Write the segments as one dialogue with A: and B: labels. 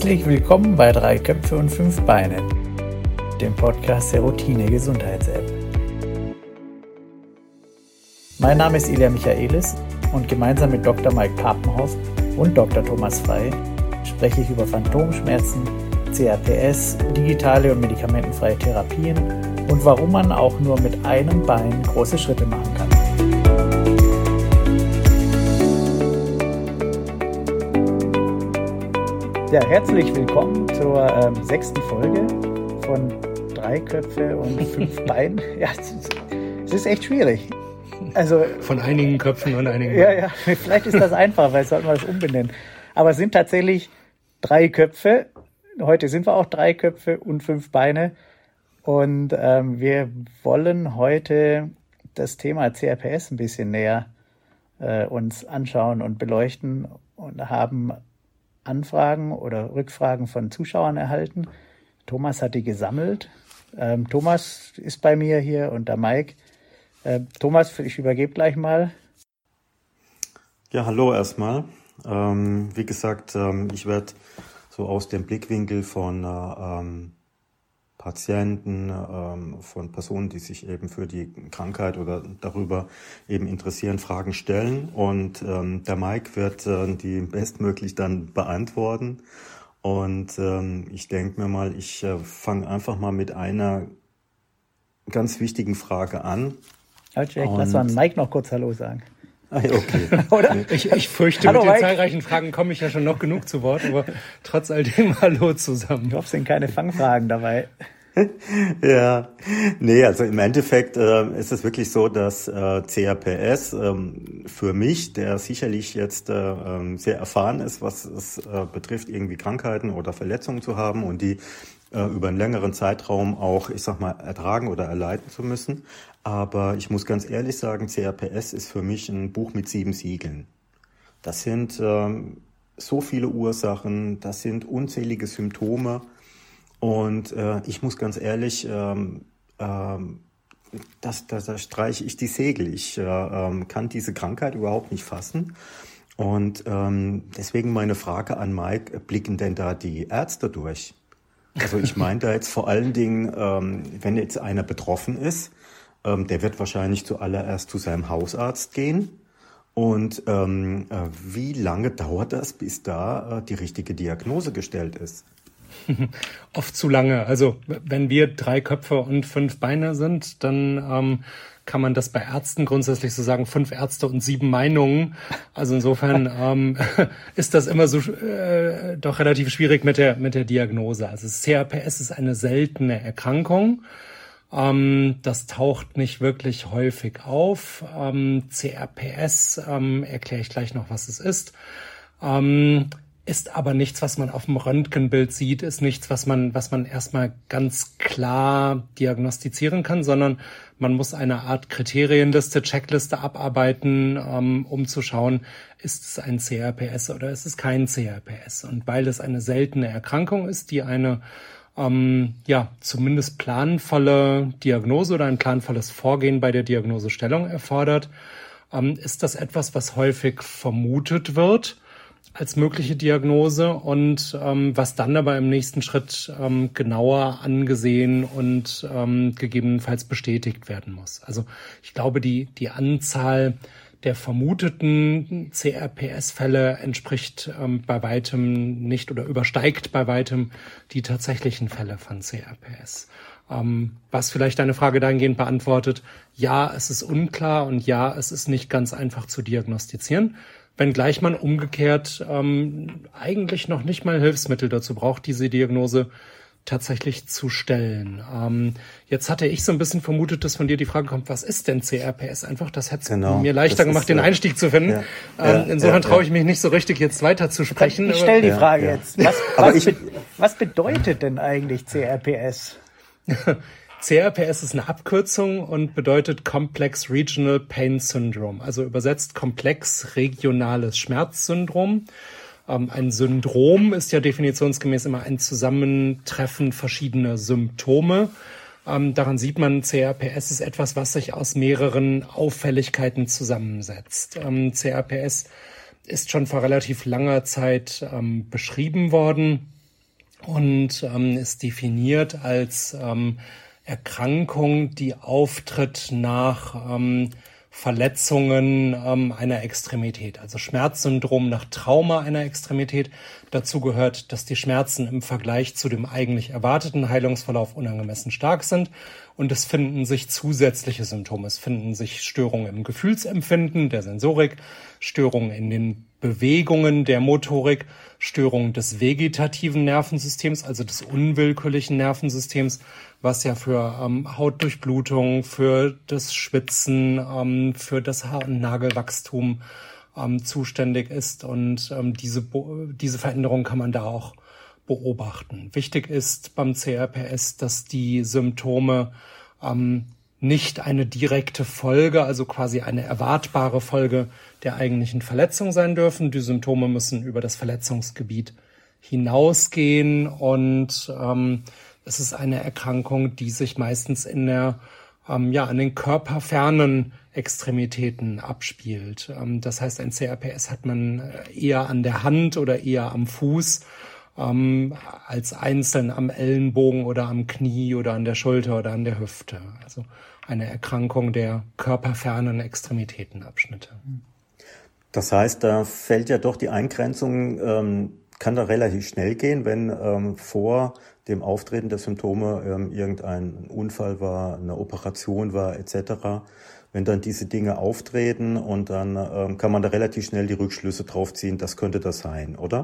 A: Herzlich willkommen bei 3 Köpfe und 5 Beine, dem Podcast der Routine Gesundheits-App. Mein Name ist Ilja Michaelis und gemeinsam mit Dr. Mike Papenhoff und Dr. Thomas Frey spreche ich über Phantomschmerzen, CRPS, digitale und medikamentenfreie Therapien und warum man auch nur mit einem Bein große Schritte machen kann. Ja, herzlich willkommen zur 6. Folge von 3 Köpfe und 5 Beinen. Ja, es ist echt schwierig. Also
B: von einigen Köpfen und einigen
A: Beinen. Ja, vielleicht ist das einfach, weil sollten wir das umbenennen. Aber es sind tatsächlich 3 Köpfe. Heute sind wir auch 3 Köpfe und 5 Beine. Und wir wollen heute das Thema CRPS ein bisschen näher uns anschauen und beleuchten und haben Anfragen oder Rückfragen von Zuschauern erhalten. Thomas hat die gesammelt. Thomas ist bei mir hier und der Mike. Thomas, ich übergebe gleich mal.
C: Ja, hallo erstmal. Wie gesagt, ich werde so aus dem Blickwinkel von Patienten, von Personen, die sich eben für die Krankheit oder darüber eben interessieren, Fragen stellen. Und der Mike wird die bestmöglich dann beantworten. Und ich denke mir mal, ich fange einfach mal mit einer ganz wichtigen Frage an.
A: Lass mal Mike noch kurz Hallo sagen.
C: Okay.
B: Oder? Ich fürchte, hallo, mit den zahlreichen Fragen komme ich ja schon noch genug zu Wort, aber trotz all dem Hallo zusammen.
A: Ich hoffe, es sind keine Fangfragen dabei.
C: Ja, nee, also im Endeffekt ist es wirklich so, dass CRPS für mich, der sicherlich jetzt sehr erfahren ist, was es betrifft, irgendwie Krankheiten oder Verletzungen zu haben und die über einen längeren Zeitraum auch, ich sag mal, ertragen oder erleiden zu müssen. Aber ich muss ganz ehrlich sagen, CRPS ist für mich ein Buch mit 7 Siegeln. Das sind so viele Ursachen, das sind unzählige Symptome. Und ich muss ganz ehrlich, da streiche ich die Segel. Ich kann diese Krankheit überhaupt nicht fassen. Und deswegen meine Frage an Mike, blicken denn da die Ärzte durch? Also ich meine da jetzt vor allen Dingen, wenn jetzt einer betroffen ist, der wird wahrscheinlich zuallererst zu seinem Hausarzt gehen. Und wie lange dauert das, bis da die richtige Diagnose gestellt ist?
B: Oft zu lange. Also wenn wir 3 Köpfe und 5 Beine sind, dann kann man das bei Ärzten grundsätzlich so sagen, 5 Ärzte und 7 Meinungen. Also insofern ist das immer so doch relativ schwierig mit der Diagnose. Also CRPS ist eine seltene Erkrankung. Das taucht nicht wirklich häufig auf. CRPS erkläre ich gleich noch, was es ist. Ist aber nichts, was man auf dem Röntgenbild sieht, ist nichts, was man erstmal ganz klar diagnostizieren kann, sondern man muss eine Art Kriterienliste, Checkliste abarbeiten, um zu schauen, ist es ein CRPS oder ist es kein CRPS. Und weil es eine seltene Erkrankung ist, die eine zumindest planvolle Diagnose oder ein planvolles Vorgehen bei der Diagnosestellung erfordert, ist das etwas, was häufig vermutet wird als mögliche Diagnose und was dann aber im nächsten Schritt genauer angesehen und gegebenenfalls bestätigt werden muss. Also ich glaube, die Anzahl der vermuteten CRPS-Fälle entspricht bei weitem nicht oder übersteigt bei weitem die tatsächlichen Fälle von CRPS. Was vielleicht deine Frage dahingehend beantwortet, ja, es ist unklar und ja, es ist nicht ganz einfach zu diagnostizieren. Wenngleich man umgekehrt eigentlich noch nicht mal Hilfsmittel dazu braucht, diese Diagnose tatsächlich zu stellen. Jetzt hatte ich so ein bisschen vermutet, dass von dir die Frage kommt, was ist denn CRPS? Einfach, das hätte es mir leichter gemacht, den Einstieg zu finden. Insofern traue ich mich nicht so richtig, jetzt weiter zu sprechen.
A: Ich stelle die Frage jetzt. Was bedeutet denn eigentlich CRPS?
B: CRPS ist eine Abkürzung und bedeutet Complex Regional Pain Syndrome, also übersetzt komplex regionales Schmerzsyndrom. Ein Syndrom ist ja definitionsgemäß immer ein Zusammentreffen verschiedener Symptome. Daran sieht man, CRPS ist etwas, was sich aus mehreren Auffälligkeiten zusammensetzt. CRPS ist schon vor relativ langer Zeit beschrieben worden. und ist definiert als Erkrankung, die auftritt nach Verletzungen einer Extremität, also Schmerzsyndrom nach Trauma einer Extremität. Dazu gehört, dass die Schmerzen im Vergleich zu dem eigentlich erwarteten Heilungsverlauf unangemessen stark sind und es finden sich zusätzliche Symptome. Es finden sich Störungen im Gefühlsempfinden, der Sensorik, Störungen in den Bewegungen der Motorik, Störungen des vegetativen Nervensystems, also des unwillkürlichen Nervensystems, was ja für Hautdurchblutung, für das Schwitzen, für das Haar- und Nagelwachstum zuständig ist. Und diese Veränderung kann man da auch beobachten. Wichtig ist beim CRPS, dass die Symptome nicht eine direkte Folge, also quasi eine erwartbare Folge der eigentlichen Verletzung sein dürfen. Die Symptome müssen über das Verletzungsgebiet hinausgehen und es ist eine Erkrankung, die sich meistens in an den körperfernen Extremitäten abspielt. Das heißt, ein CRPS hat man eher an der Hand oder eher am Fuß als einzeln am Ellenbogen oder am Knie oder an der Schulter oder an der Hüfte. Also eine Erkrankung der körperfernen Extremitätenabschnitte.
C: Das heißt, da fällt ja doch die Eingrenzung, kann da relativ schnell gehen, wenn vor dem Auftreten der Symptome irgendein Unfall war, eine Operation war etc. Wenn dann diese Dinge auftreten und dann kann man da relativ schnell die Rückschlüsse drauf ziehen, das könnte das sein, oder?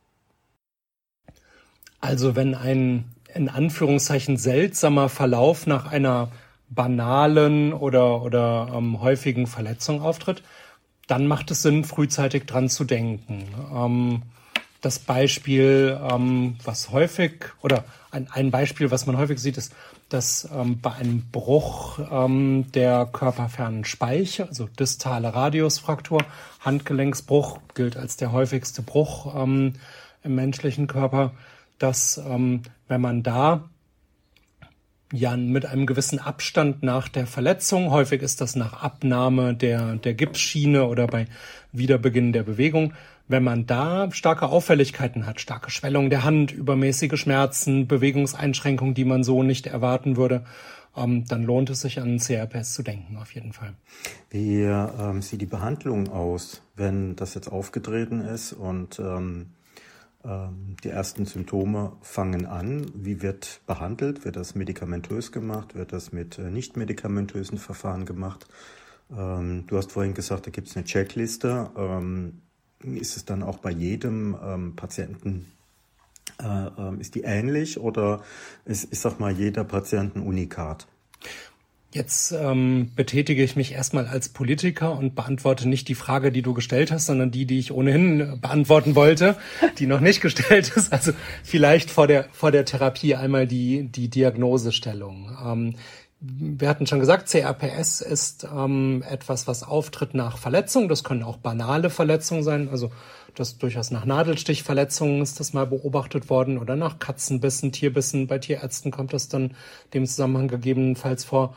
B: Also wenn ein in Anführungszeichen seltsamer Verlauf nach einer banalen oder häufigen Verletzung auftritt, dann macht es Sinn, frühzeitig dran zu denken. Das Beispiel, was häufig, oder ein Beispiel, was man häufig sieht, ist, dass bei einem Bruch der körperfernen Speiche, also distale Radiusfraktur, Handgelenksbruch gilt als der häufigste Bruch im menschlichen Körper, dass wenn man da mit einem gewissen Abstand nach der Verletzung, häufig ist das nach Abnahme der Gipsschiene oder bei Wiederbeginn der Bewegung, wenn man da starke Auffälligkeiten hat, starke Schwellung der Hand, übermäßige Schmerzen, Bewegungseinschränkungen, die man so nicht erwarten würde, dann lohnt es sich an CRPS zu denken, auf jeden Fall.
C: Wie sieht die Behandlung aus, wenn das jetzt aufgetreten ist und die ersten Symptome fangen an? Wie wird behandelt? Wird das medikamentös gemacht? Wird das mit nicht medikamentösen Verfahren gemacht? Du hast vorhin gesagt, da gibt es eine Checkliste. Ist es dann auch bei jedem Patienten, ist die ähnlich oder ist, ich sag mal, jeder Patient ein Unikat?
B: Jetzt betätige ich mich erstmal als Politiker und beantworte nicht die Frage, die du gestellt hast, sondern die ich ohnehin beantworten wollte, die noch nicht gestellt ist. Also vielleicht vor der Therapie einmal die Diagnosestellung. Wir hatten schon gesagt, CRPS ist etwas, was auftritt nach Verletzungen. Das können auch banale Verletzungen sein, also das durchaus nach Nadelstichverletzungen ist das mal beobachtet worden oder nach Katzenbissen, Tierbissen. Bei Tierärzten kommt das dann dem Zusammenhang gegebenenfalls vor.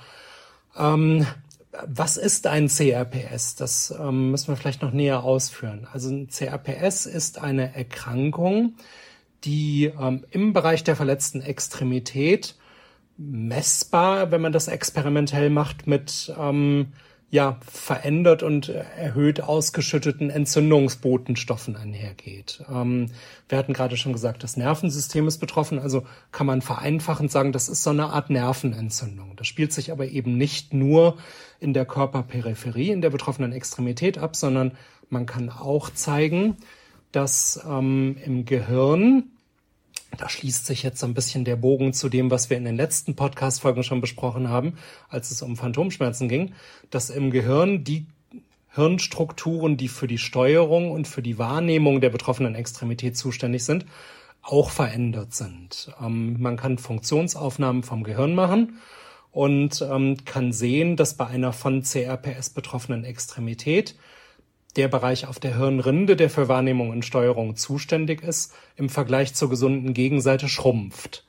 B: Was ist ein CRPS? Das müssen wir vielleicht noch näher ausführen. Also ein CRPS ist eine Erkrankung, die im Bereich der verletzten Extremität messbar, wenn man das experimentell macht, mit verändert und erhöht ausgeschütteten Entzündungsbotenstoffen einhergeht. Wir hatten gerade schon gesagt, das Nervensystem ist betroffen, also kann man vereinfachend sagen, das ist so eine Art Nervenentzündung. Das spielt sich aber eben nicht nur in der Körperperipherie, in der betroffenen Extremität ab, sondern man kann auch zeigen, dass im Gehirn, da schließt sich jetzt so ein bisschen der Bogen zu dem, was wir in den letzten Podcast-Folgen schon besprochen haben, als es um Phantomschmerzen ging, dass im Gehirn die Hirnstrukturen, die für die Steuerung und für die Wahrnehmung der betroffenen Extremität zuständig sind, auch verändert sind. Man kann Funktionsaufnahmen vom Gehirn machen und kann sehen, dass bei einer von CRPS betroffenen Extremität der Bereich auf der Hirnrinde, der für Wahrnehmung und Steuerung zuständig ist, im Vergleich zur gesunden Gegenseite schrumpft.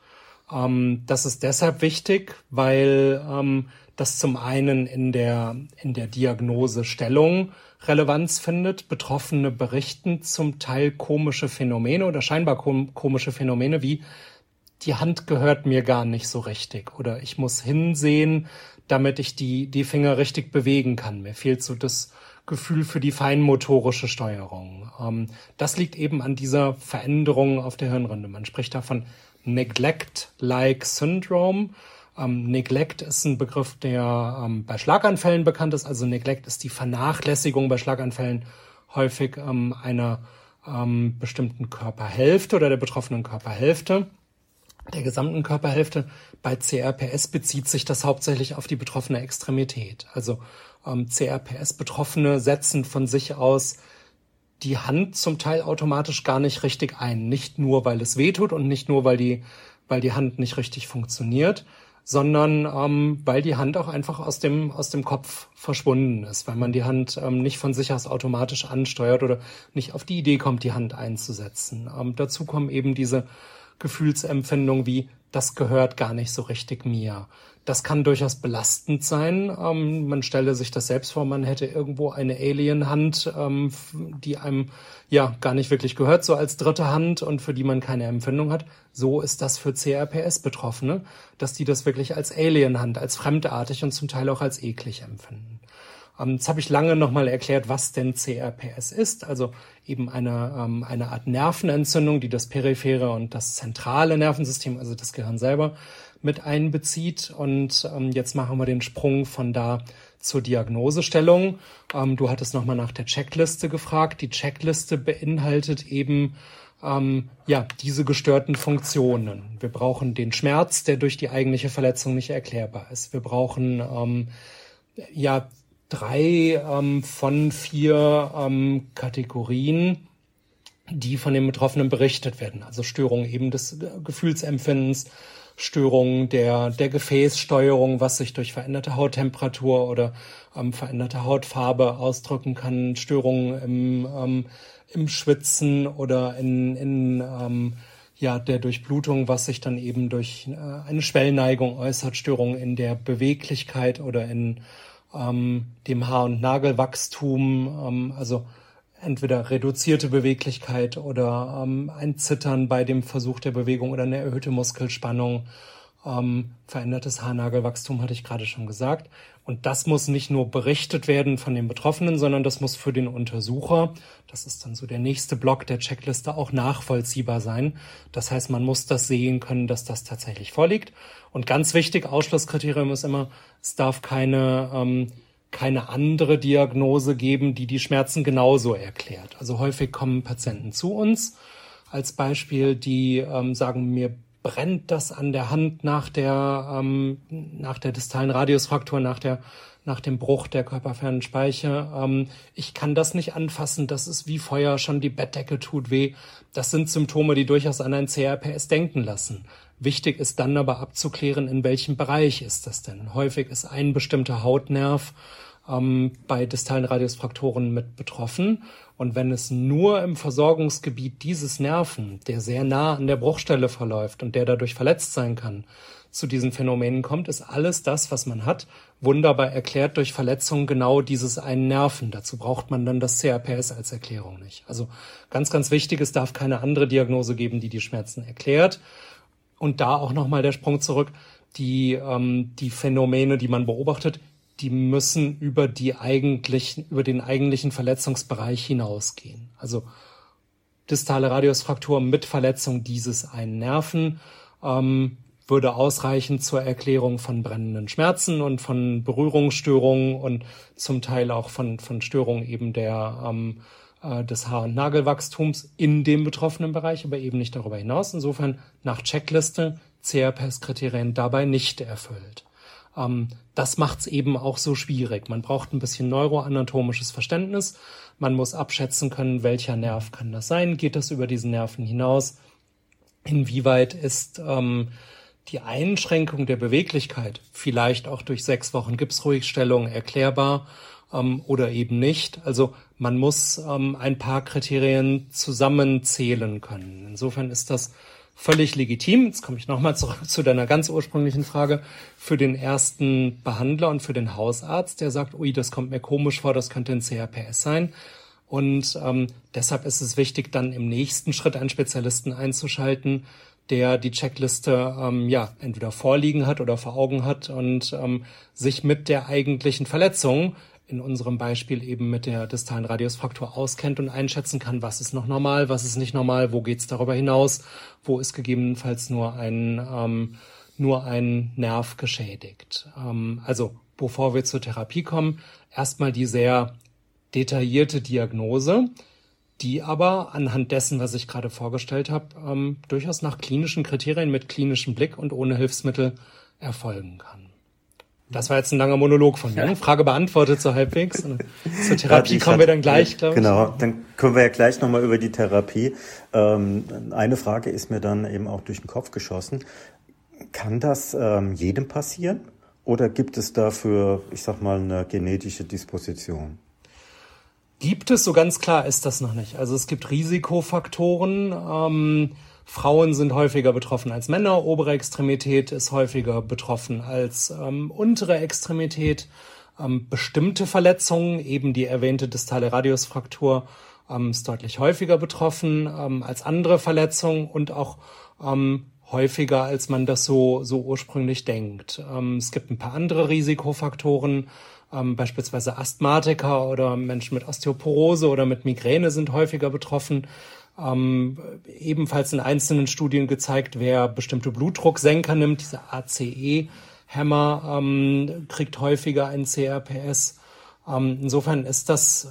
B: Das ist deshalb wichtig, weil das zum einen in der Diagnosestellung Relevanz findet. Betroffene berichten zum Teil komische Phänomene oder scheinbar komische Phänomene wie: die Hand gehört mir gar nicht so richtig oder ich muss hinsehen, damit ich die Finger richtig bewegen kann. Mir fehlt so das Gefühl für die feinmotorische Steuerung. Das liegt eben an dieser Veränderung auf der Hirnrinde. Man spricht davon Neglect-like Syndrome. Neglect ist ein Begriff, der bei Schlaganfällen bekannt ist. Also Neglect ist die Vernachlässigung bei Schlaganfällen häufig einer bestimmten Körperhälfte oder der betroffenen Körperhälfte, der gesamten Körperhälfte. Bei CRPS bezieht sich das hauptsächlich auf die betroffene Extremität. Also CRPS-Betroffene setzen von sich aus die Hand zum Teil automatisch gar nicht richtig ein. Nicht nur, weil es wehtut und nicht nur, weil die Hand nicht richtig funktioniert, sondern weil die Hand auch einfach aus dem Kopf verschwunden ist, weil man die Hand nicht von sich aus automatisch ansteuert oder nicht auf die Idee kommt, die Hand einzusetzen. Dazu kommen eben diese Gefühlsempfindungen wie: das gehört gar nicht so richtig mir. Das kann durchaus belastend sein. Man stelle sich das selbst vor, man hätte irgendwo eine Alien-Hand, die einem ja gar nicht wirklich gehört, so als dritte Hand und für die man keine Empfindung hat. So ist das für CRPS-Betroffene, dass die das wirklich als Alien-Hand, als fremdartig und zum Teil auch als eklig empfinden. Jetzt habe ich lange nochmal erklärt, was denn CRPS ist. Also eben eine Art Nervenentzündung, die das periphere und das zentrale Nervensystem, also das Gehirn selber, mit einbezieht. Und jetzt machen wir den Sprung von da zur Diagnosestellung. Du hattest nochmal nach der Checkliste gefragt. Die Checkliste beinhaltet eben diese gestörten Funktionen. Wir brauchen den Schmerz, der durch die eigentliche Verletzung nicht erklärbar ist. Wir brauchen 3 von 4 Kategorien, die von den Betroffenen berichtet werden. Also Störungen eben des Gefühlsempfindens, Störungen der Gefäßsteuerung, was sich durch veränderte Hauttemperatur oder veränderte Hautfarbe ausdrücken kann, Störungen im Schwitzen oder in der Durchblutung, was sich dann eben durch eine Schwellneigung äußert, Störungen in der Beweglichkeit oder in dem Haar- und Nagelwachstum, also entweder reduzierte Beweglichkeit oder ein Zittern bei dem Versuch der Bewegung oder eine erhöhte Muskelspannung, verändertes Haarnagelwachstum hatte ich gerade schon gesagt. Und das muss nicht nur berichtet werden von den Betroffenen, sondern das muss für den Untersucher, das ist dann so der nächste Block der Checkliste, auch nachvollziehbar sein. Das heißt, man muss das sehen können, dass das tatsächlich vorliegt. Und ganz wichtig, Ausschlusskriterium ist immer, es darf keine andere Diagnose geben, die Schmerzen genauso erklärt. Also häufig kommen Patienten zu uns, als Beispiel, die sagen, mir brennt das an der Hand nach der distalen Radiusfraktur, nach dem Bruch der körperfernen Speiche. Ich kann das nicht anfassen, das ist wie Feuer, schon die Bettdecke tut weh. Das sind Symptome, die durchaus an ein CRPS denken lassen. Wichtig ist dann aber abzuklären, in welchem Bereich ist das denn. Häufig ist ein bestimmter Hautnerv bei distalen Radiusfrakturen mit betroffen. Und wenn es nur im Versorgungsgebiet dieses Nerven, der sehr nah an der Bruchstelle verläuft und der dadurch verletzt sein kann, zu diesen Phänomenen kommt, ist alles das, was man hat, wunderbar erklärt durch Verletzungen genau dieses einen Nerven. Dazu braucht man dann das CRPS als Erklärung nicht. Also ganz, ganz wichtig, es darf keine andere Diagnose geben, die Schmerzen erklärt. Und da auch nochmal der Sprung zurück, die Phänomene, die man beobachtet, die müssen über den eigentlichen Verletzungsbereich hinausgehen. Also distale Radiusfraktur mit Verletzung dieses einen Nerven würde ausreichen zur Erklärung von brennenden Schmerzen und von Berührungsstörungen und zum Teil auch von Störungen eben des Haar- und Nagelwachstums in dem betroffenen Bereich, aber eben nicht darüber hinaus. Insofern nach Checkliste CRPS-Kriterien dabei nicht erfüllt. Das macht's eben auch so schwierig. Man braucht ein bisschen neuroanatomisches Verständnis. Man muss abschätzen können, welcher Nerv kann das sein? Geht das über diesen Nerven hinaus? Inwieweit ist die Einschränkung der Beweglichkeit vielleicht auch durch 6 Wochen Gipsruhigstellung erklärbar oder eben nicht? Also man muss ein paar Kriterien zusammenzählen können. Insofern ist das völlig legitim. Jetzt komme ich nochmal zurück zu deiner ganz ursprünglichen Frage. Für den ersten Behandler und für den Hausarzt, der sagt, ui, das kommt mir komisch vor, das könnte ein CRPS sein. Und deshalb ist es wichtig, dann im nächsten Schritt einen Spezialisten einzuschalten, der die Checkliste entweder vorliegen hat oder vor Augen hat und sich mit der eigentlichen Verletzung, in unserem Beispiel eben mit der distalen Radiusfraktur, auskennt und einschätzen kann, was ist noch normal, was ist nicht normal, wo geht's darüber hinaus, wo ist gegebenenfalls nur ein Nerv geschädigt. Also bevor wir zur Therapie kommen, erstmal die sehr detaillierte Diagnose, die aber anhand dessen, was ich gerade vorgestellt habe, durchaus nach klinischen Kriterien mit klinischem Blick und ohne Hilfsmittel erfolgen kann. Das war jetzt ein langer Monolog von mir. Frage beantwortet so halbwegs. Zur Therapie kommen wir dann gleich, glaube ich.
C: Genau, dann können wir ja gleich nochmal über die Therapie. Eine Frage ist mir dann eben auch durch den Kopf geschossen. Kann das jedem passieren? Oder gibt es dafür, ich sag mal, eine genetische Disposition?
B: Gibt es, so ganz klar ist das noch nicht. Also es gibt Risikofaktoren. Frauen sind häufiger betroffen als Männer. Obere Extremität ist häufiger betroffen als untere Extremität. Bestimmte Verletzungen, eben die erwähnte distale Radiusfraktur, ist deutlich häufiger betroffen als andere Verletzungen und auch häufiger, als man das so ursprünglich denkt. Es gibt ein paar andere Risikofaktoren. Beispielsweise Asthmatiker oder Menschen mit Osteoporose oder mit Migräne sind häufiger betroffen. Ebenfalls in einzelnen Studien gezeigt, wer bestimmte Blutdrucksenker nimmt, diese ACE-Hämmer, kriegt häufiger ein CRPS. Insofern ist das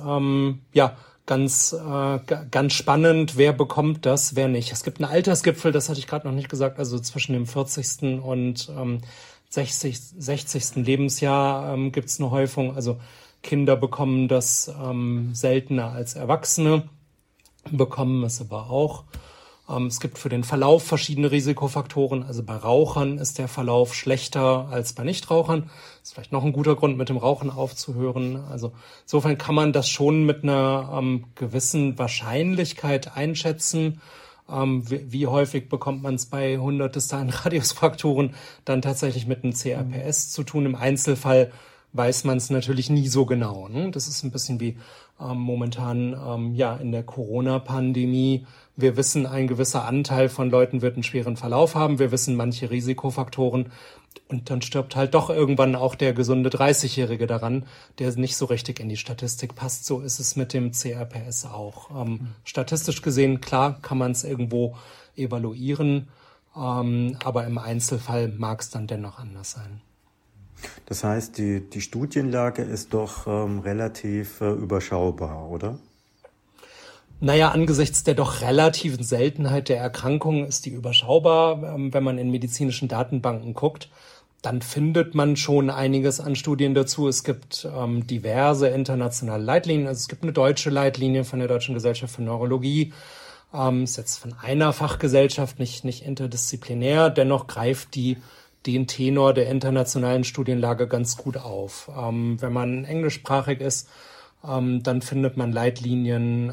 B: ganz spannend, wer bekommt das, wer nicht. Es gibt einen Altersgipfel, das hatte ich gerade noch nicht gesagt, also zwischen dem 40. und 60. Lebensjahr gibt es eine Häufung. Also Kinder bekommen das seltener als Erwachsene, bekommen es aber auch. Es gibt für den Verlauf verschiedene Risikofaktoren. Also bei Rauchern ist der Verlauf schlechter als bei Nichtrauchern. Das ist vielleicht noch ein guter Grund, mit dem Rauchen aufzuhören. Also insofern kann man das schon mit einer gewissen Wahrscheinlichkeit einschätzen. Wie häufig bekommt man es bei 100 distalen Radiusfrakturen dann tatsächlich mit einem CRPS zu tun? Im Einzelfall weiß man es natürlich nie so genau. Ne? Das ist ein bisschen wie momentan in der Corona-Pandemie. Wir wissen, ein gewisser Anteil von Leuten wird einen schweren Verlauf haben. Wir wissen manche Risikofaktoren. Und dann stirbt halt doch irgendwann auch der gesunde 30-Jährige daran, der nicht so richtig in die Statistik passt. So ist es mit dem CRPS auch. Statistisch gesehen, klar, kann man es irgendwo evaluieren, aber im Einzelfall mag es dann dennoch anders sein.
C: Das heißt, die Studienlage ist doch relativ überschaubar, oder?
B: Naja, angesichts der doch relativen Seltenheit der Erkrankung ist die überschaubar. Wenn man in medizinischen Datenbanken guckt, dann findet man schon einiges an Studien dazu. Es gibt diverse internationale Leitlinien. Also es gibt eine deutsche Leitlinie von der Deutschen Gesellschaft für Neurologie. Ist jetzt von einer Fachgesellschaft, nicht interdisziplinär. Dennoch greift den Tenor der internationalen Studienlage ganz gut auf. Wenn man englischsprachig ist, dann findet man Leitlinien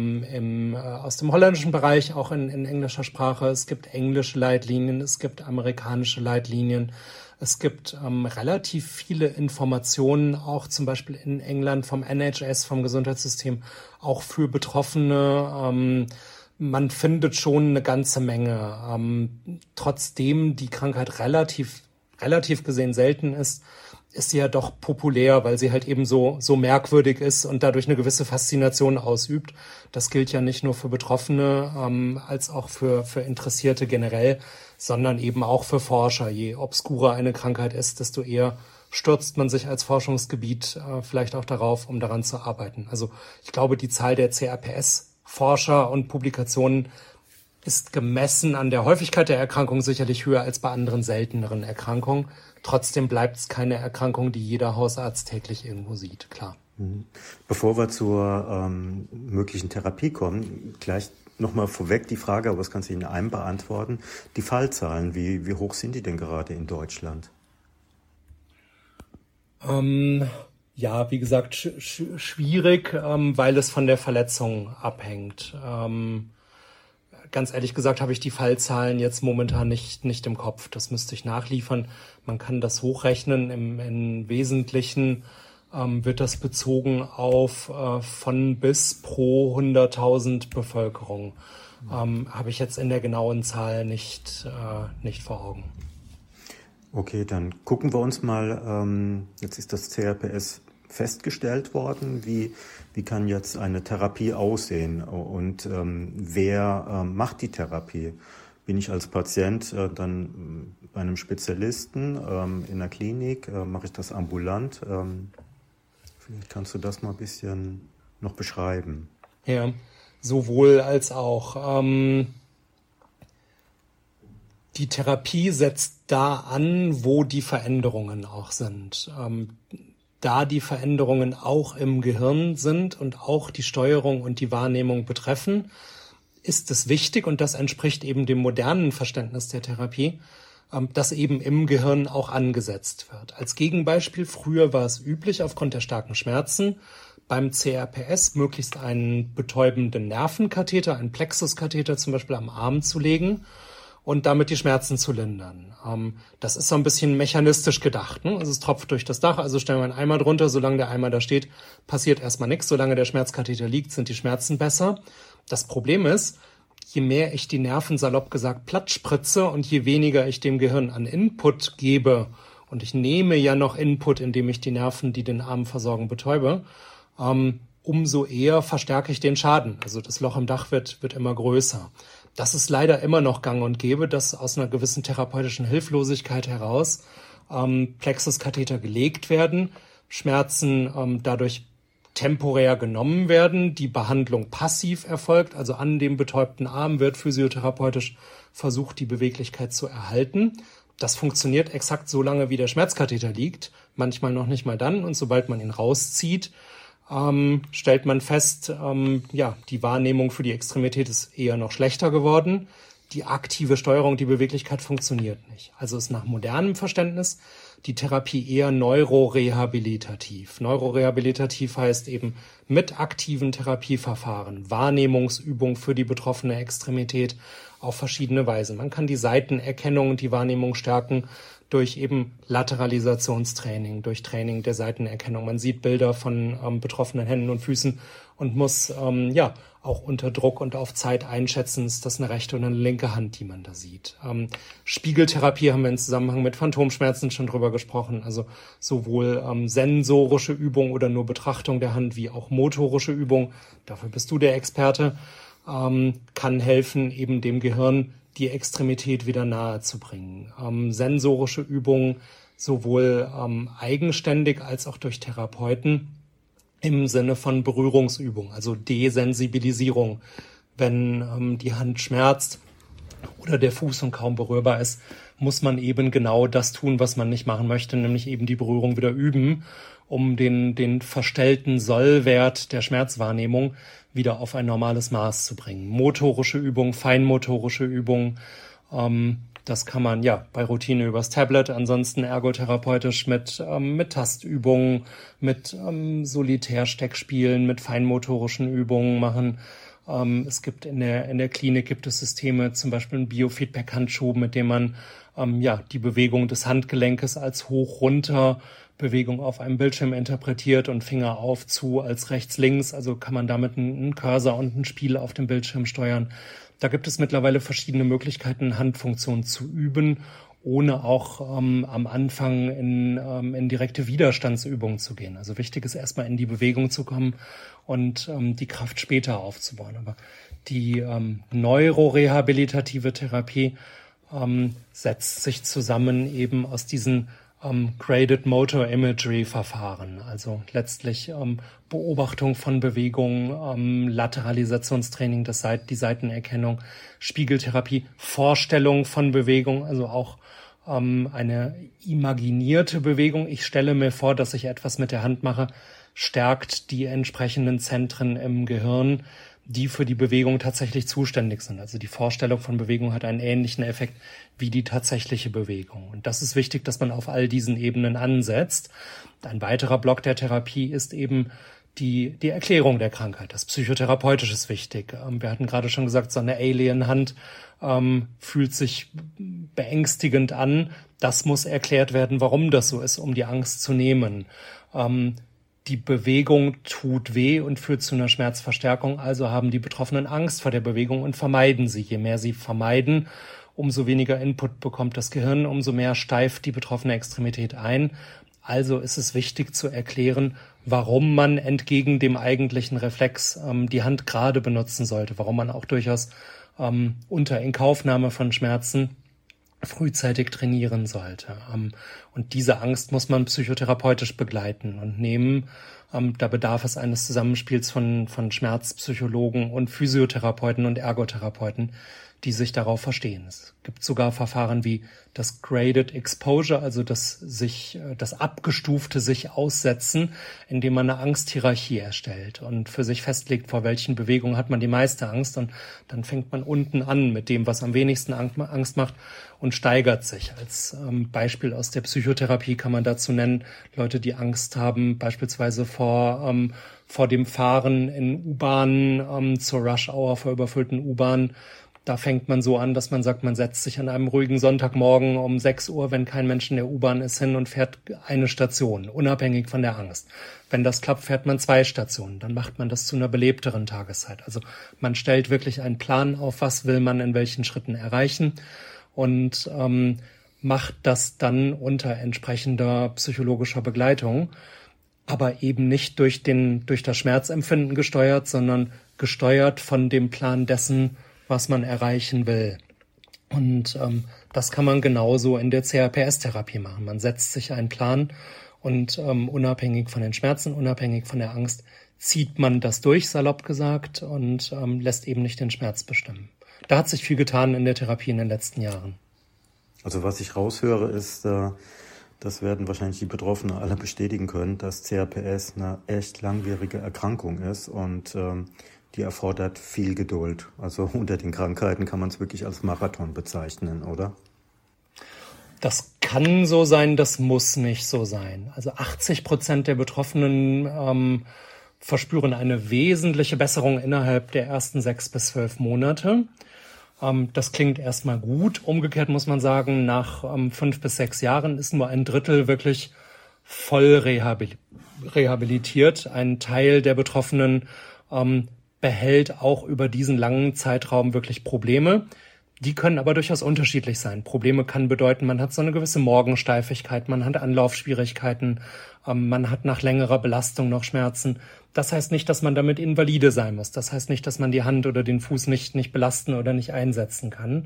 B: aus dem holländischen Bereich, auch in englischer Sprache. Es gibt englische Leitlinien, es gibt amerikanische Leitlinien. Es gibt relativ viele Informationen, auch zum Beispiel in England vom NHS, vom Gesundheitssystem, auch für Betroffene. Man findet schon eine ganze Menge. Trotzdem die Krankheit relativ gesehen selten ist sie ja doch populär, weil sie halt eben so merkwürdig ist und dadurch eine gewisse Faszination ausübt. Das gilt ja nicht nur für Betroffene, als auch für Interessierte generell, sondern eben auch für Forscher. Je obskurer eine Krankheit ist, desto eher stürzt man sich als Forschungsgebiet vielleicht auch darauf, um daran zu arbeiten. Also ich glaube, die Zahl der CRPS-Forscher und Publikationen ist gemessen an der Häufigkeit der Erkrankung sicherlich höher als bei anderen selteneren Erkrankungen. Trotzdem bleibt es keine Erkrankung, die jeder Hausarzt täglich irgendwo sieht, klar.
C: Bevor wir zur möglichen Therapie kommen, gleich nochmal vorweg die Frage, aber das kannst du in einem beantworten. Die Fallzahlen, wie hoch sind die denn gerade in Deutschland?
B: Ja, wie gesagt, schwierig, weil es von der Verletzung abhängt. ganz ehrlich gesagt habe ich die Fallzahlen jetzt momentan nicht im Kopf. Das müsste ich nachliefern. Man kann das hochrechnen. Im Wesentlichen wird das bezogen auf von bis pro 100.000 Bevölkerung. Habe ich jetzt in der genauen Zahl nicht vor Augen.
C: Okay, dann gucken wir uns mal, jetzt ist das CRPS festgestellt worden. Wie kann jetzt eine Therapie aussehen und wer macht die Therapie? Bin ich als Patient dann bei einem Spezialisten in der Klinik? Mache ich das ambulant? Vielleicht kannst du das mal ein bisschen noch beschreiben.
B: Ja, sowohl als auch. Die Therapie setzt da an, wo die Veränderungen auch sind. Da die Veränderungen auch im Gehirn sind und auch die Steuerung und die Wahrnehmung betreffen, ist es wichtig, und das entspricht eben dem modernen Verständnis der Therapie, dass eben im Gehirn auch angesetzt wird. Als Gegenbeispiel, früher war es üblich, aufgrund der starken Schmerzen beim CRPS möglichst einen betäubenden Nervenkatheter, einen Plexuskatheter zum Beispiel am Arm zu legen und damit die Schmerzen zu lindern. Das ist so ein bisschen mechanistisch gedacht, ne? Also es tropft durch das Dach, also stellen wir einen Eimer drunter, solange der Eimer da steht, passiert erstmal nichts, solange der Schmerzkatheter liegt, sind die Schmerzen besser. Das Problem ist, je mehr ich die Nerven salopp gesagt platt spritze und je weniger ich dem Gehirn an Input gebe, und ich nehme ja noch Input, indem ich die Nerven, die den Arm versorgen, betäube, umso eher verstärke ich den Schaden. Also das Loch im Dach wird immer größer. Das ist leider immer noch gang und gäbe, dass aus einer gewissen therapeutischen Hilflosigkeit heraus Plexuskatheter gelegt werden, Schmerzen dadurch temporär genommen werden, die Behandlung passiv erfolgt, also an dem betäubten Arm wird physiotherapeutisch versucht, die Beweglichkeit zu erhalten. Das funktioniert exakt so lange, wie der Schmerzkatheter liegt, manchmal noch nicht mal dann, und sobald man ihn rauszieht, stellt man fest, die Wahrnehmung für die Extremität ist eher noch schlechter geworden. Die aktive Steuerung, die Beweglichkeit funktioniert nicht. Also ist nach modernem Verständnis die Therapie eher neurorehabilitativ. Neurorehabilitativ heißt eben mit aktiven Therapieverfahren, Wahrnehmungsübung für die betroffene Extremität auf verschiedene Weise. Man kann die Seitenerkennung und die Wahrnehmung stärken durch eben Lateralisationstraining, durch Training der Seitenerkennung. Man sieht Bilder von betroffenen Händen und Füßen und muss auch unter Druck und auf Zeit einschätzen, ist das eine rechte oder eine linke Hand, die man da sieht. Spiegeltherapie haben wir im Zusammenhang mit Phantomschmerzen schon drüber gesprochen. Also sowohl sensorische Übung oder nur Betrachtung der Hand wie auch motorische Übung, dafür bist du der Experte, kann helfen, eben dem Gehirn die Extremität wieder nahe zu bringen. Sensorische Übungen sowohl eigenständig als auch durch Therapeuten im Sinne von Berührungsübung, also Desensibilisierung. Wenn die Hand schmerzt oder der Fuß und kaum berührbar ist, muss man eben genau das tun, was man nicht machen möchte, nämlich eben die Berührung wieder üben, um den verstellten Sollwert der Schmerzwahrnehmung wieder auf ein normales Maß zu bringen. Motorische Übung, feinmotorische Übung, das kann man bei Routine übers Tablet, ansonsten ergotherapeutisch mit Tastübungen, mit Solitärsteckspielen, mit feinmotorischen Übungen machen. Es gibt in der Klinik gibt es Systeme, zum Beispiel einen Biofeedback-Handschuh, mit dem man die Bewegung des Handgelenkes als Hoch-Runter Bewegung auf einem Bildschirm interpretiert und Finger auf zu als rechts-links. Also kann man damit einen Cursor und ein Spiel auf dem Bildschirm steuern. Da gibt es mittlerweile verschiedene Möglichkeiten, Handfunktionen zu üben, ohne auch am Anfang in direkte Widerstandsübungen zu gehen. Also wichtig ist erstmal in die Bewegung zu kommen und die Kraft später aufzubauen. Aber die neurorehabilitative Therapie setzt sich zusammen eben aus diesen Graded Motor Imagery Verfahren, also letztlich Beobachtung von Bewegungen, Lateralisationstraining, die Seitenerkennung, Spiegeltherapie, Vorstellung von Bewegung, also auch eine imaginierte Bewegung. Ich stelle mir vor, dass ich etwas mit der Hand mache, stärkt die entsprechenden Zentren im Gehirn, die für die Bewegung tatsächlich zuständig sind. Also die Vorstellung von Bewegung hat einen ähnlichen Effekt wie die tatsächliche Bewegung. Und das ist wichtig, dass man auf all diesen Ebenen ansetzt. Ein weiterer Block der Therapie ist eben die Erklärung der Krankheit. Das Psychotherapeutische ist wichtig. Wir hatten gerade schon gesagt, so eine Alien-Hand fühlt sich beängstigend an. Das muss erklärt werden, warum das so ist, um die Angst zu nehmen. Die Bewegung tut weh und führt zu einer Schmerzverstärkung, also haben die Betroffenen Angst vor der Bewegung und vermeiden sie. Je mehr sie vermeiden, umso weniger Input bekommt das Gehirn, umso mehr steift die betroffene Extremität ein. Also ist es wichtig zu erklären, warum man entgegen dem eigentlichen Reflex die Hand gerade benutzen sollte, warum man auch durchaus unter Inkaufnahme von Schmerzen frühzeitig trainieren sollte. Und diese Angst muss man psychotherapeutisch begleiten und nehmen. Da bedarf es eines Zusammenspiels von Schmerzpsychologen und Physiotherapeuten und Ergotherapeuten, die sich darauf verstehen. Es gibt sogar Verfahren wie das Graded Exposure, also das abgestufte sich aussetzen, indem man eine Angsthierarchie erstellt und für sich festlegt, vor welchen Bewegungen hat man die meiste Angst, und dann fängt man unten an mit dem, was am wenigsten Angst macht, und steigert sich. Als Beispiel aus der Psychotherapie kann man dazu nennen, Leute, die Angst haben, beispielsweise vor dem Fahren in U-Bahnen zur Rush-Hour, vor überfüllten U-Bahnen. Da fängt man so an, dass man sagt, man setzt sich an einem ruhigen Sonntagmorgen um 6 Uhr, wenn kein Mensch in der U-Bahn ist, hin und fährt eine Station, unabhängig von der Angst. Wenn das klappt, fährt man 2 Stationen. Dann macht man das zu einer belebteren Tageszeit. Also man stellt wirklich einen Plan auf, was will man in welchen Schritten erreichen, und macht das dann unter entsprechender psychologischer Begleitung, aber eben nicht durch das Schmerzempfinden gesteuert, sondern gesteuert von dem Plan dessen, was man erreichen will. Und das kann man genauso in der CRPS-Therapie machen. Man setzt sich einen Plan und unabhängig von den Schmerzen, unabhängig von der Angst, zieht man das durch, salopp gesagt, und lässt eben nicht den Schmerz bestimmen. Da hat sich viel getan in der Therapie in den letzten Jahren.
C: Also was ich raushöre ist, das werden wahrscheinlich die Betroffenen alle bestätigen können, dass CRPS eine echt langwierige Erkrankung ist und die erfordert viel Geduld. Also unter den Krankheiten kann man es wirklich als Marathon bezeichnen, oder?
B: Das kann so sein, das muss nicht so sein. Also 80% der Betroffenen verspüren eine wesentliche Besserung innerhalb der ersten 6 bis 12 Monate. Das klingt erstmal gut. Umgekehrt muss man sagen, nach 5 bis 6 Jahren ist nur ein Drittel wirklich voll rehabilitiert. Ein Teil der Betroffenen behält auch über diesen langen Zeitraum wirklich Probleme. Die können aber durchaus unterschiedlich sein. Probleme kann bedeuten, man hat so eine gewisse Morgensteifigkeit, man hat Anlaufschwierigkeiten, man hat nach längerer Belastung noch Schmerzen. Das heißt nicht, dass man damit invalide sein muss. Das heißt nicht, dass man die Hand oder den Fuß nicht belasten oder nicht einsetzen kann.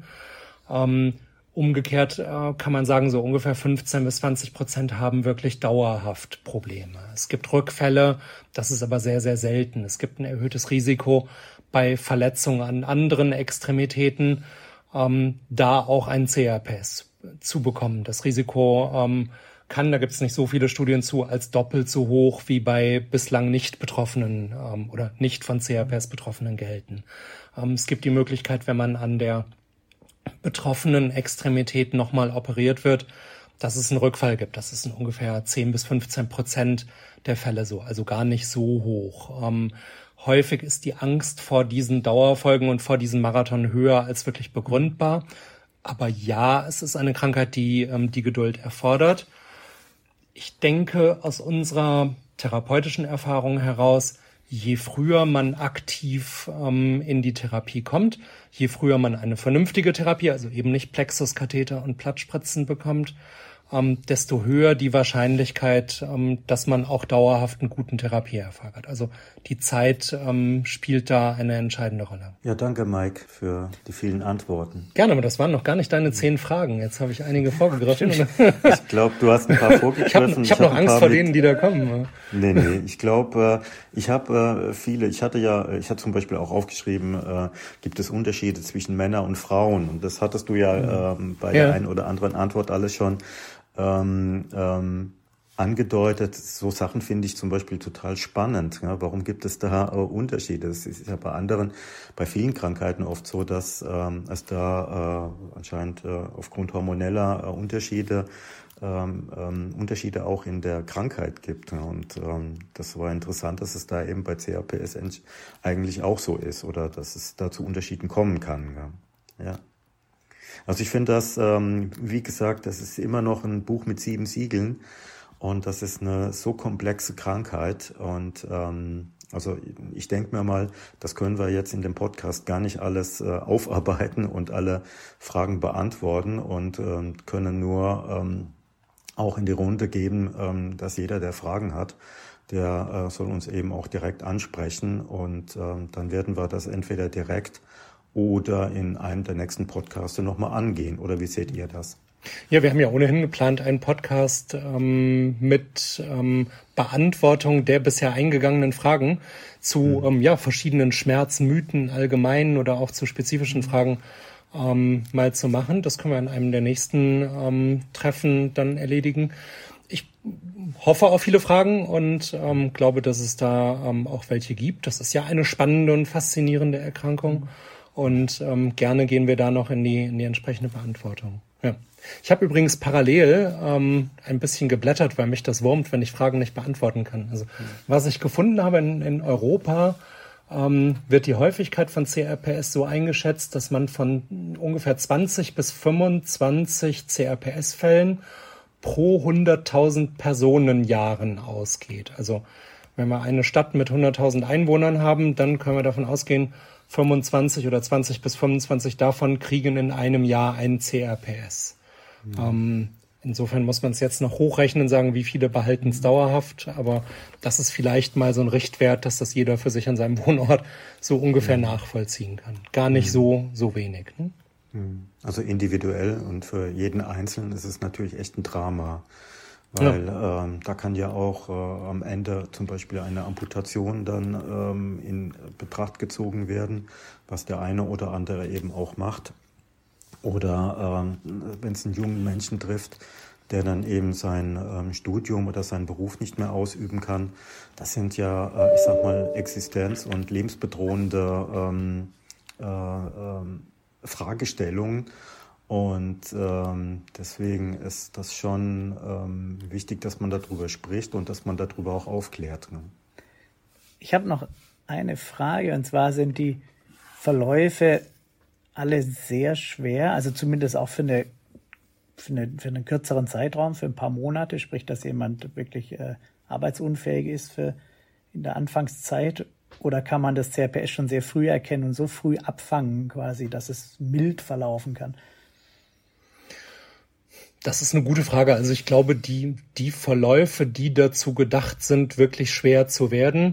B: Umgekehrt kann man sagen, so ungefähr 15-20% haben wirklich dauerhaft Probleme. Es gibt Rückfälle, das ist aber sehr, sehr selten. Es gibt ein erhöhtes Risiko bei Verletzungen an anderen Extremitäten, da auch ein CRPS zu bekommen. Das Risiko kann, da gibt es nicht so viele Studien zu, als doppelt so hoch wie bei bislang nicht Betroffenen oder nicht von CRPS Betroffenen gelten. Es gibt die Möglichkeit, wenn man an der betroffenen Extremität nochmal operiert wird, dass es einen Rückfall gibt. Das ist in ungefähr 10-15% der Fälle so, also gar nicht so hoch. Häufig ist die Angst vor diesen Dauerfolgen und vor diesem Marathon höher als wirklich begründbar. Aber ja, es ist eine Krankheit, die die Geduld erfordert. Ich denke, aus unserer therapeutischen Erfahrung heraus, je früher man aktiv in die Therapie kommt, je früher man eine vernünftige Therapie, also eben nicht Plexuskatheter und Plattspritzen bekommt, desto höher die Wahrscheinlichkeit, dass man auch dauerhaft einen guten Therapieerfolg hat. Also die Zeit spielt da eine entscheidende Rolle.
C: Ja, danke Mike für die vielen Antworten.
B: Gerne, aber das waren noch gar nicht deine 10 Fragen. Jetzt habe ich einige vorgegriffen.
C: Ich glaube, du hast ein paar vorgegriffen.
B: Ich hab noch Angst vor denen, die da kommen.
C: Nee, ich glaube, ich habe viele. Ich hatte zum Beispiel auch aufgeschrieben, gibt es Unterschiede zwischen Männern und Frauen? Und das hattest du ja bei der einen oder anderen Antwort alles schon angedeutet. So Sachen finde ich zum Beispiel total spannend. Ja, warum gibt es da Unterschiede? Es ist ja bei vielen Krankheiten oft so, dass es da anscheinend aufgrund hormoneller Unterschiede Unterschiede auch in der Krankheit gibt. Und das war interessant, dass es da eben bei CRPS eigentlich auch so ist oder dass es da zu Unterschieden kommen kann. Ja. Also ich finde das, wie gesagt, das ist immer noch ein Buch mit 7 Siegeln und das ist eine so komplexe Krankheit und also ich denke mir mal, das können wir jetzt in dem Podcast gar nicht alles aufarbeiten und alle Fragen beantworten und können nur auch in die Runde geben, dass jeder, der Fragen hat, der soll uns eben auch direkt ansprechen und dann werden wir das entweder direkt oder in einem der nächsten Podcasts nochmal angehen. Oder wie seht ihr das?
B: Ja, wir haben ja ohnehin geplant, einen Podcast mit Beantwortung der bisher eingegangenen Fragen zu verschiedenen Schmerzmythen allgemein oder auch zu spezifischen Fragen mal zu machen. Das können wir in einem der nächsten Treffen dann erledigen. Ich hoffe auf viele Fragen und glaube, dass es da auch welche gibt. Das ist ja eine spannende und faszinierende Erkrankung. Und gerne gehen wir da noch in die entsprechende Beantwortung. Ja. Ich habe übrigens parallel ein bisschen geblättert, weil mich das wurmt, wenn ich Fragen nicht beantworten kann. Also was ich gefunden habe in Europa, wird die Häufigkeit von CRPS so eingeschätzt, dass man von ungefähr 20 bis 25 CRPS-Fällen pro 100.000 Personenjahren ausgeht. Also wenn wir eine Stadt mit 100.000 Einwohnern haben, dann können wir davon ausgehen, 25 oder 20 bis 25 davon kriegen in einem Jahr einen CRPS. Insofern muss man es jetzt noch hochrechnen und sagen, wie viele behalten es dauerhaft. Aber das ist vielleicht mal so ein Richtwert, dass das jeder für sich an seinem Wohnort so ungefähr nachvollziehen kann. Gar nicht so wenig. Ne?
C: Also individuell und für jeden Einzelnen ist es natürlich echt ein Drama. Weil da kann ja auch am Ende zum Beispiel eine Amputation dann in Betracht gezogen werden, was der eine oder andere eben auch macht. Oder wenn es einen jungen Menschen trifft, der dann eben sein Studium oder seinen Beruf nicht mehr ausüben kann. Das sind ja, ich sag mal, existenz- und lebensbedrohende Fragestellungen. Und deswegen ist das schon wichtig, dass man darüber spricht und dass man darüber auch aufklärt. Ne?
A: Ich habe noch eine Frage, und zwar sind die Verläufe alle sehr schwer, also zumindest auch für einen kürzeren Zeitraum, für ein paar Monate, sprich, dass jemand wirklich arbeitsunfähig ist in der Anfangszeit. Oder kann man das CRPS schon sehr früh erkennen und so früh abfangen quasi, dass es mild verlaufen kann?
B: Das ist eine gute Frage. Also ich glaube, die Verläufe, die dazu gedacht sind, wirklich schwer zu werden,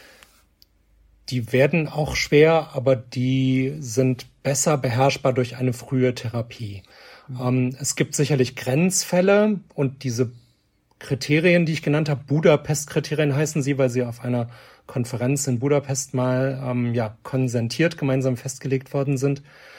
B: die werden auch schwer, aber die sind besser beherrschbar durch eine frühe Therapie. Es gibt sicherlich Grenzfälle und diese Kriterien, die ich genannt habe, Budapest-Kriterien heißen sie, weil sie auf einer Konferenz in Budapest mal konsentiert, gemeinsam festgelegt worden sind.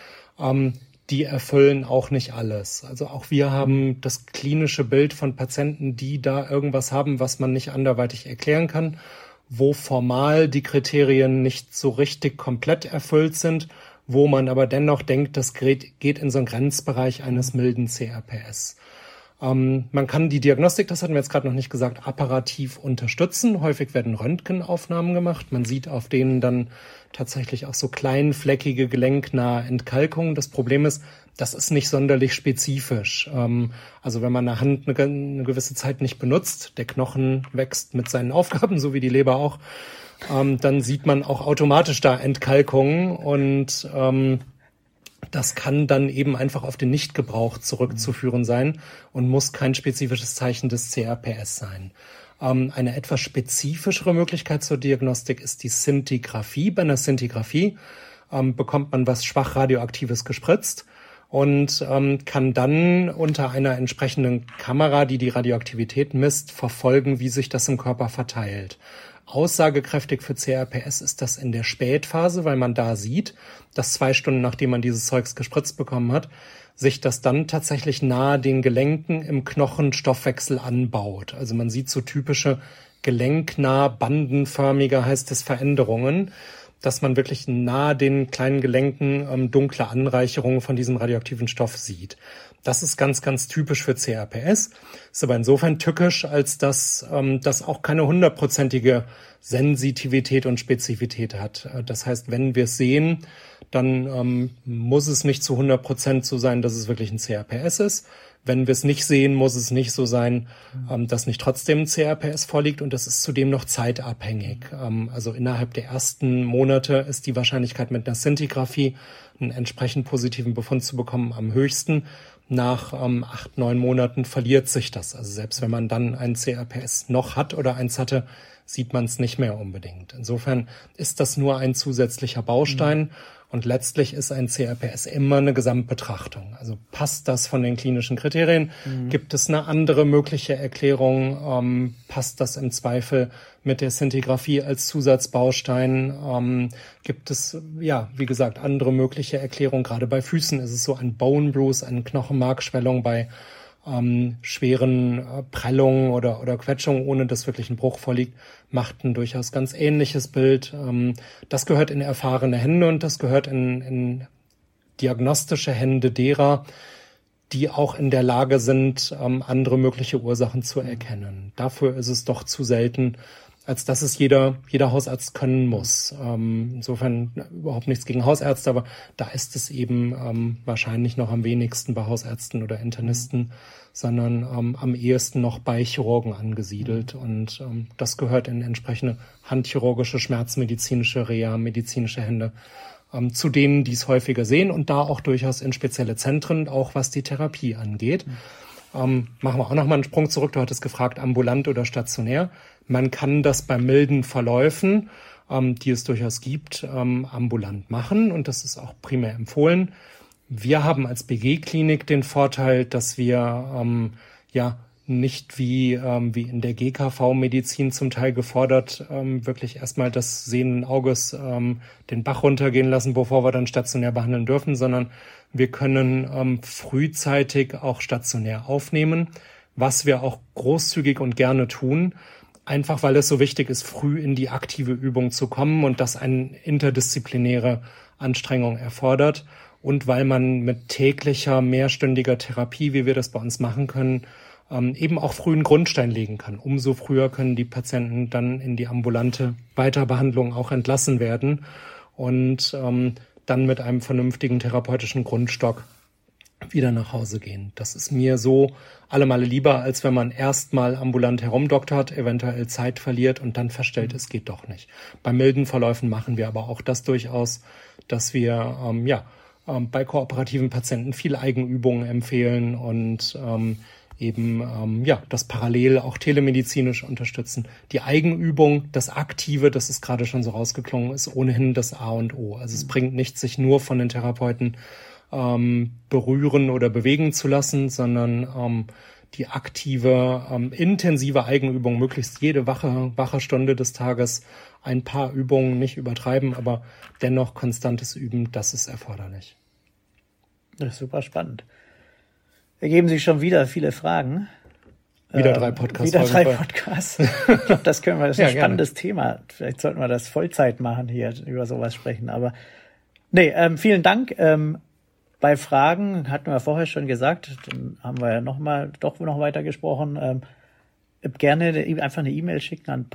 B: Die erfüllen auch nicht alles. Also auch wir haben das klinische Bild von Patienten, die da irgendwas haben, was man nicht anderweitig erklären kann, wo formal die Kriterien nicht so richtig komplett erfüllt sind, wo man aber dennoch denkt, das geht in so einen Grenzbereich eines milden CRPS. Man kann die Diagnostik, das hatten wir jetzt gerade noch nicht gesagt, apparativ unterstützen. Häufig werden Röntgenaufnahmen gemacht. Man sieht auf denen dann tatsächlich auch so kleinfleckige, gelenknahe Entkalkungen. Das Problem ist, das ist nicht sonderlich spezifisch. Also wenn man eine Hand eine gewisse Zeit nicht benutzt, der Knochen wächst mit seinen Aufgaben, so wie die Leber auch, dann sieht man auch automatisch da Entkalkungen und das kann dann eben einfach auf den Nichtgebrauch zurückzuführen sein und muss kein spezifisches Zeichen des CRPS sein. Eine etwas spezifischere Möglichkeit zur Diagnostik ist die Szintigraphie. Bei einer Szintigraphie bekommt man was schwach Radioaktives gespritzt und kann dann unter einer entsprechenden Kamera, die die Radioaktivität misst, verfolgen, wie sich das im Körper verteilt. Aussagekräftig für CRPS ist das in der Spätphase, weil man da sieht, dass 2 Stunden, nachdem man dieses Zeugs gespritzt bekommen hat, sich das dann tatsächlich nahe den Gelenken im Knochenstoffwechsel anbaut. Also man sieht so typische gelenknah bandenförmige, heißt es, Veränderungen, dass man wirklich nahe den kleinen Gelenken dunkle Anreicherungen von diesem radioaktiven Stoff sieht. Das ist ganz, ganz typisch für CRPS. Ist aber insofern tückisch, als dass das auch keine 100%ige Sensitivität und Spezifität hat. Das heißt, wenn wir es sehen, dann muss es nicht zu 100% so sein, dass es wirklich ein CRPS ist. Wenn wir es nicht sehen, muss es nicht so sein, dass nicht trotzdem ein CRPS vorliegt, und das ist zudem noch zeitabhängig. Also innerhalb der ersten Monate ist die Wahrscheinlichkeit, mit einer Szintigraphie einen entsprechend positiven Befund zu bekommen, am höchsten. Nach 8-9 Monaten verliert sich das. Also selbst wenn man dann ein CRPS noch hat oder eins hatte, sieht man es nicht mehr unbedingt. Insofern ist das nur ein zusätzlicher Baustein. Und letztlich ist ein CRPS immer eine Gesamtbetrachtung. Also passt das von den klinischen Kriterien? Gibt es eine andere mögliche Erklärung? Passt das im Zweifel mit der Szintigraphie als Zusatzbaustein? Gibt es, ja, wie gesagt, andere mögliche Erklärungen? Gerade bei Füßen ist es so ein Bone Bruise, eine Knochenmarkschwellung bei schweren Prellungen oder Quetschungen, ohne dass wirklich ein Bruch vorliegt, macht ein durchaus ganz ähnliches Bild. Das gehört in erfahrene Hände und das gehört in diagnostische Hände derer, die auch in der Lage sind, andere mögliche Ursachen zu erkennen. Dafür ist es doch zu selten, als dass es jeder Hausarzt können muss. Insofern überhaupt nichts gegen Hausärzte, aber da ist es eben wahrscheinlich noch am wenigsten bei Hausärzten oder Internisten, sondern am ehesten noch bei Chirurgen angesiedelt. Und das gehört in entsprechende handchirurgische, schmerzmedizinische, Reha-medizinische Hände, zu denen, die es häufiger sehen und da auch durchaus in spezielle Zentren, auch was die Therapie angeht. Machen wir auch noch mal einen Sprung zurück. Du hattest gefragt, ambulant oder stationär. Man kann das bei milden Verläufen, die es durchaus gibt, ambulant machen, und das ist auch primär empfohlen. Wir haben als BG-Klinik den Vorteil, dass wir nicht wie in der GKV-Medizin zum Teil gefordert, wirklich erstmal das sehenden Auges den Bach runtergehen lassen, bevor wir dann stationär behandeln dürfen, sondern wir können frühzeitig auch stationär aufnehmen, was wir auch großzügig und gerne tun, einfach weil es so wichtig ist, früh in die aktive Übung zu kommen und das eine interdisziplinäre Anstrengung erfordert. Und weil man mit täglicher, mehrstündiger Therapie, wie wir das bei uns machen können, eben auch früh einen Grundstein legen kann. Umso früher können die Patienten dann in die ambulante Weiterbehandlung auch entlassen werden und dann mit einem vernünftigen therapeutischen Grundstock wieder nach Hause gehen. Das ist mir so allemal lieber, als wenn man erstmal ambulant herumdoktert, eventuell Zeit verliert und dann feststellt, es geht doch nicht. Bei milden Verläufen machen wir aber auch das durchaus, dass wir bei kooperativen Patienten viel Eigenübungen empfehlen und das parallel auch telemedizinisch unterstützen. Die Eigenübung, das Aktive, das ist gerade schon so rausgeklungen, ist ohnehin das A und O. Also es bringt nichts, sich nur von den Therapeuten berühren oder bewegen zu lassen, sondern die aktive, intensive Eigenübung, möglichst jede wache Stunde des Tages ein paar Übungen, nicht übertreiben, aber dennoch konstantes Üben, das ist erforderlich.
A: Das ist super spannend. Ergeben sich schon wieder viele Fragen.
B: Wieder 3 Podcasts.
A: Ich glaube, das ist ein spannendes
B: gerne.
A: Thema. Vielleicht sollten wir das Vollzeit machen, hier über sowas sprechen. Aber vielen Dank. Bei Fragen hatten wir vorher schon gesagt, dann haben wir ja noch weiter gesprochen. Gerne einfach eine E-Mail schicken an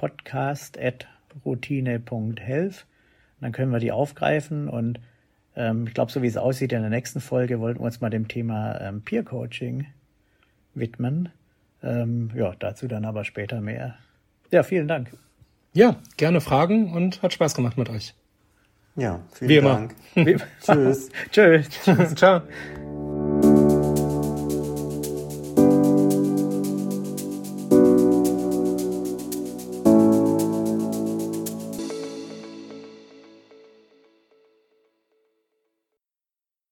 A: podcast@routine.health. Dann können wir die aufgreifen und ich glaube, so wie es aussieht, in der nächsten Folge wollten wir uns mal dem Thema Peer Coaching widmen. Dazu dann aber später mehr. Ja, vielen Dank.
B: Ja, gerne Fragen und hat Spaß gemacht mit euch.
C: Ja, vielen Dank.
A: Tschüss. Tschüss.
B: Ciao.